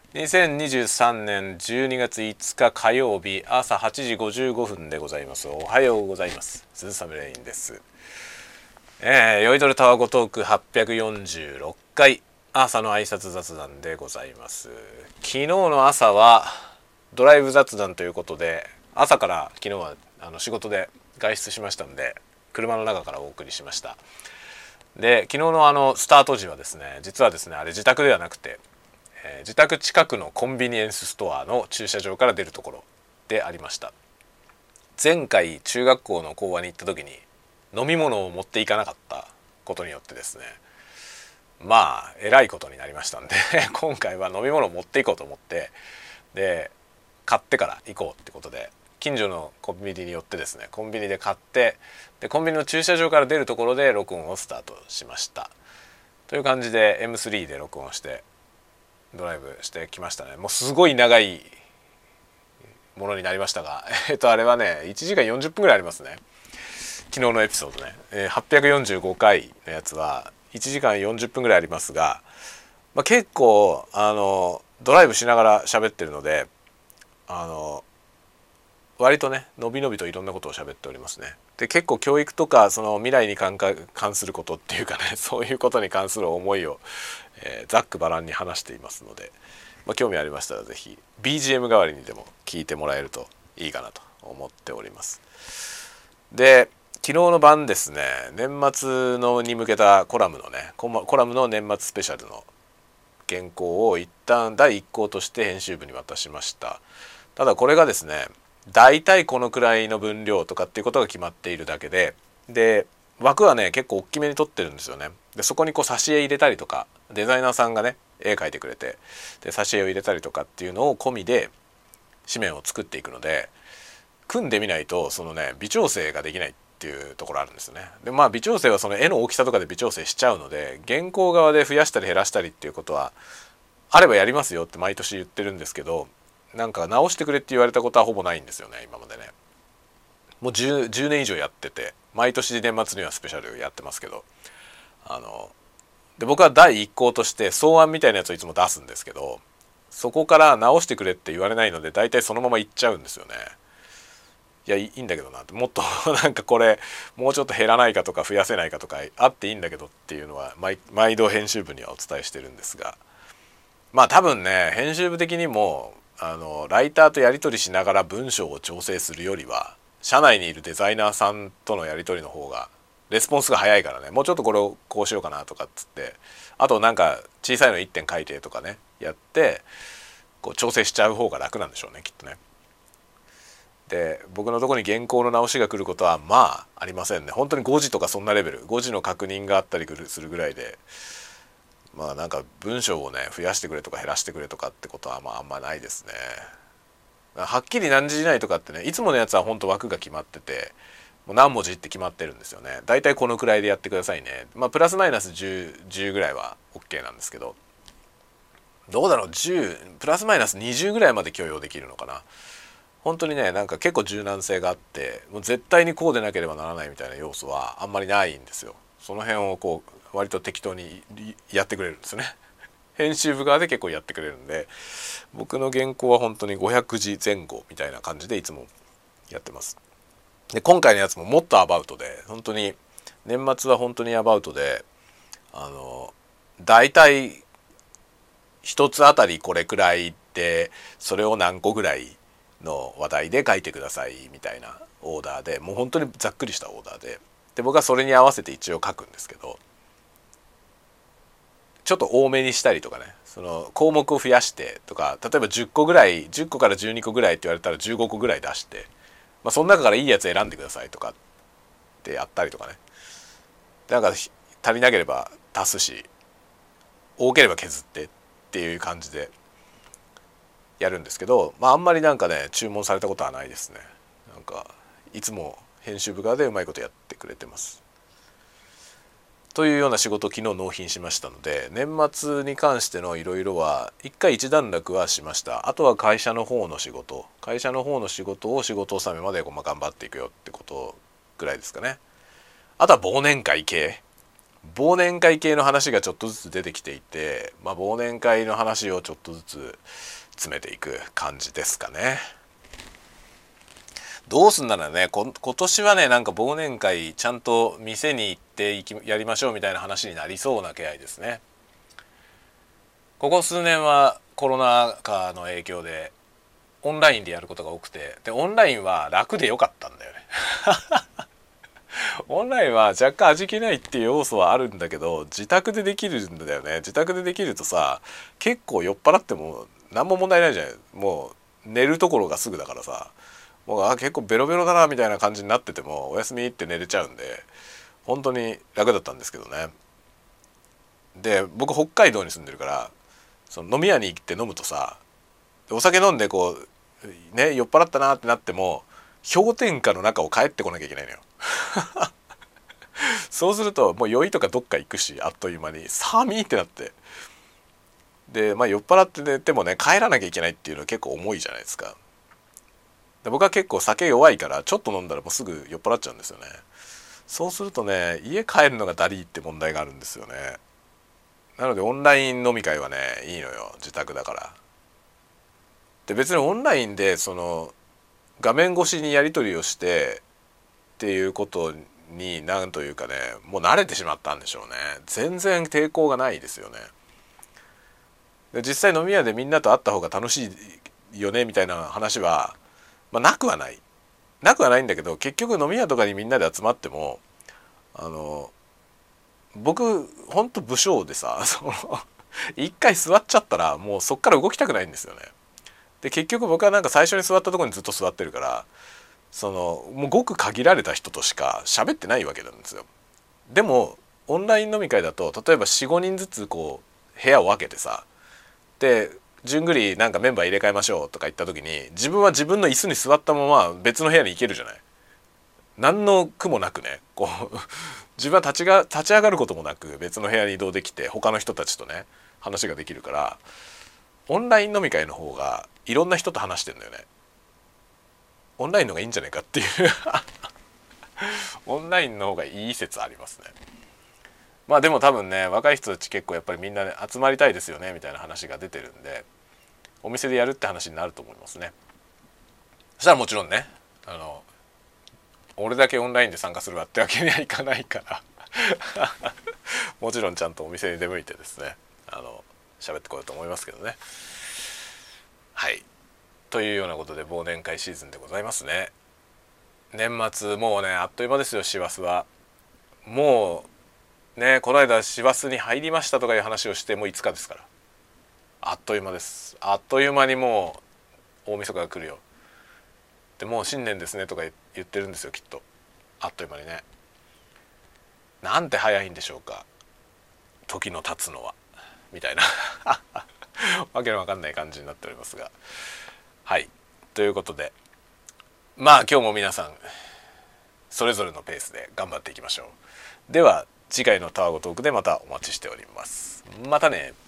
2023年12月5日火曜日朝8時55分でございます。おはようございます。鈴雨レインです。酔いどれタワゴトーク846回朝の挨拶雑談でございます。昨日の朝はドライブ雑談ということで、朝から昨日は仕事で外出しましたんで、車の中からお送りしました。で、昨日のスタート時はですね、実はですね、あれ自宅ではなくて、自宅近くのコンビニエンスストアの駐車場から出るところでありました。前回中学校の講話に行った時に飲み物を持っていかなかったことによってですね、まあえらいことになりましたんで今回は飲み物を持っていこうと思って、で買ってから行こうってことで近所のコンビニに寄ってですね、コンビニで買って、でコンビニの駐車場から出るところで録音をスタートしましたという感じで M3 で録音してドライブしてきましたね。もうすごい長いものになりましたがあれはね1時間40分ぐらいありますね。昨日のエピソードね、845回のやつは1時間40分ぐらいありますが、結構ドライブしながら喋ってるので割とねのびのびといろんなことを喋っておりますね。で結構教育とかその未来に関することっていうかね、そういうことに関する思いを、ざっくばらんに話していますので、興味ありましたら是非 BGM 代わりにでも聞いてもらえるといいかなと思っております。で昨日の晩ですね、年末のに向けたコラムのねコラムの年末スペシャルの原稿を一旦第1項として編集部に渡しました。ただこれがですね、だいたいこのくらいの分量とかっていうことが決まっているだけで、枠はね結構大きめに取ってるんですよね。でそこにこう挿絵入れたりとか、デザイナーさんがね絵描いてくれて、で挿絵を入れたりとかっていうのを込みで紙面を作っていくので、組んでみないとそのね微調整ができないっていうところあるんですよね。で微調整はその絵の大きさとかで微調整しちゃうので、原稿側で増やしたり減らしたりっていうことはあればやりますよって毎年言ってるんですけど、なんか直してくれって言われたことはほぼないんですよね今までね。もう 10年以上やってて、毎年年末にはスペシャルやってますけど、で僕は第一項として草案みたいなやつをいつも出すんですけど、そこから直してくれって言われないので大体そのまま言っちゃうんですよね。いやいいんだけどなって、もっとなんかこれもうちょっと減らないかとか増やせないかとかあっていいんだけどっていうのは毎度編集部にはお伝えしてるんですが、多分ね編集部的にもライターとやり取りしながら文章を調整するよりは社内にいるデザイナーさんとのやり取りの方がレスポンスが早いからね、もうちょっとこれをこうしようかなとかっつって、あとなんか小さいの1点書いてとかねやってこう調整しちゃう方が楽なんでしょうねきっとね。で僕のところに原稿の直しが来ることはありませんね。本当に誤字とかそんなレベル、誤字の確認があったりするぐらいで、なんか文章をね増やしてくれとか減らしてくれとかってことはあんまないですね。はっきり何字以内とかってね、いつものやつは本当枠が決まってて、もう何文字って決まってるんですよね。だいたいこのくらいでやってくださいね。プラスマイナス10ぐらいは OK なんですけど、どうだろう、10プラスマイナス20ぐらいまで許容できるのかな。本当にねなんか結構柔軟性があって、もう絶対にこうでなければならないみたいな要素はあんまりないんですよ。その辺をこう割と適当にやってくれるんですよね。編集部側で結構やってくれるんで、僕の原稿は本当に500字前後みたいな感じでいつもやってます。で今回のやつももっとアバウトで、本当に年末は本当にアバウトで、だいたい一つあたりこれくらいで、それを何個ぐらいの話題で書いてくださいみたいなオーダーで、もう本当にざっくりしたオーダーで僕はそれに合わせて一応書くんですけど、ちょっと多めにしたりとかね、その項目を増やしてとか、例えば10個ぐらい10個から12個ぐらいって言われたら15個ぐらい出して、その中からいいやつ選んでくださいとかってやったりとかね。なんか足りなければ足すし、多ければ削ってっていう感じでやるんですけど、あんまりなんかね注文されたことはないですね。なんかいつも編集部側でうまいことやってくれてます。というような仕事を昨日納品しましたので、年末に関してのいろいろは一回一段落はしました。あとは会社の方の仕事を仕事納めまで頑張っていくよってことぐらいですかね。あとは忘年会系忘年会系の話がちょっとずつ出てきていて、忘年会の話をちょっとずつ詰めていく感じですかね。どうすんならね、今年はね、なんか忘年会ちゃんと店に行ってやりましょうみたいな話になりそうな気配ですね。ここ数年はコロナ禍の影響でオンラインでやることが多くて、でオンラインは楽で良かったんだよね。オンラインは若干味気ないっていう要素はあるんだけど、自宅でできるんだよね。自宅でできるとさ、結構酔っ払っても何も問題ないじゃない。もう寝るところがすぐだからさ、もう結構ベロベロだなみたいな感じになっててもおやすみって寝れちゃうんで、本当に楽だったんですけどね。で僕北海道に住んでるから、その飲み屋に行って飲むとさ、お酒飲んでこうね、酔っ払ったなってなっても氷点下の中を帰ってこなきゃいけないのよ。そうするともう酔いとかどっか行くし、あっという間に寒いってなって、で酔っ払って寝てもね、帰らなきゃいけないっていうのは結構重いじゃないですか。で僕は結構酒弱いから、ちょっと飲んだらもうすぐ酔っ払っちゃうんですよね。そうするとね、家帰るのがダリーって問題があるんですよね。なのでオンライン飲み会はねいいのよ、自宅だから。で別にオンラインでその画面越しにやり取りをしてっていうことになんというかね、もう慣れてしまったんでしょうね。全然抵抗がないですよね。で実際飲み屋でみんなと会った方が楽しいよねみたいな話は、なくはないんだけど、結局飲み屋とかにみんなで集まっても僕ほんと不精でさ、一回座っちゃったらもうそっから動きたくないんですよね。で結局僕はなんか最初に座ったところにずっと座ってるから、もうごく限られた人としか喋ってないわけなんですよ。でもオンライン飲み会だと例えば 4,5 人ずつこう部屋を分けてさ、で順繰りなんかメンバー入れ替えましょうとか言った時に、自分は自分の椅子に座ったまま別の部屋に行けるじゃない。何の苦もなくね、こう自分は立ち上がることもなく別の部屋に移動できて、他の人たちとね話ができるから、オンライン飲み会の方がいろんな人と話してんだよね。オンラインの方がいいんじゃないかっていうオンラインの方がいい説ありますね。でも多分ね、若い人たち結構やっぱりみんな、ね、集まりたいですよねみたいな話が出てるんで、お店でやるって話になると思いますね。そしたらもちろんね、俺だけオンラインで参加するわってわけにはいかないからもちろんちゃんとお店に出向いてですね、喋ってこようと思いますけどね。はい、というようなことで忘年会シーズンでございますね。年末もうねあっという間ですよ。師走はもうね、この間師走に入りましたとかいう話をしてもう5日ですから、あっという間です。あっという間にもう大晦日が来るよ。でもう新年ですねとか言ってるんですよきっと。あっという間にね。なんて早いんでしょうか、時の経つのはみたいなわけのわかんない感じになっておりますが、はい、ということで今日も皆さんそれぞれのペースで頑張っていきましょう。では次回のタワゴトークでまたお待ちしております。またね。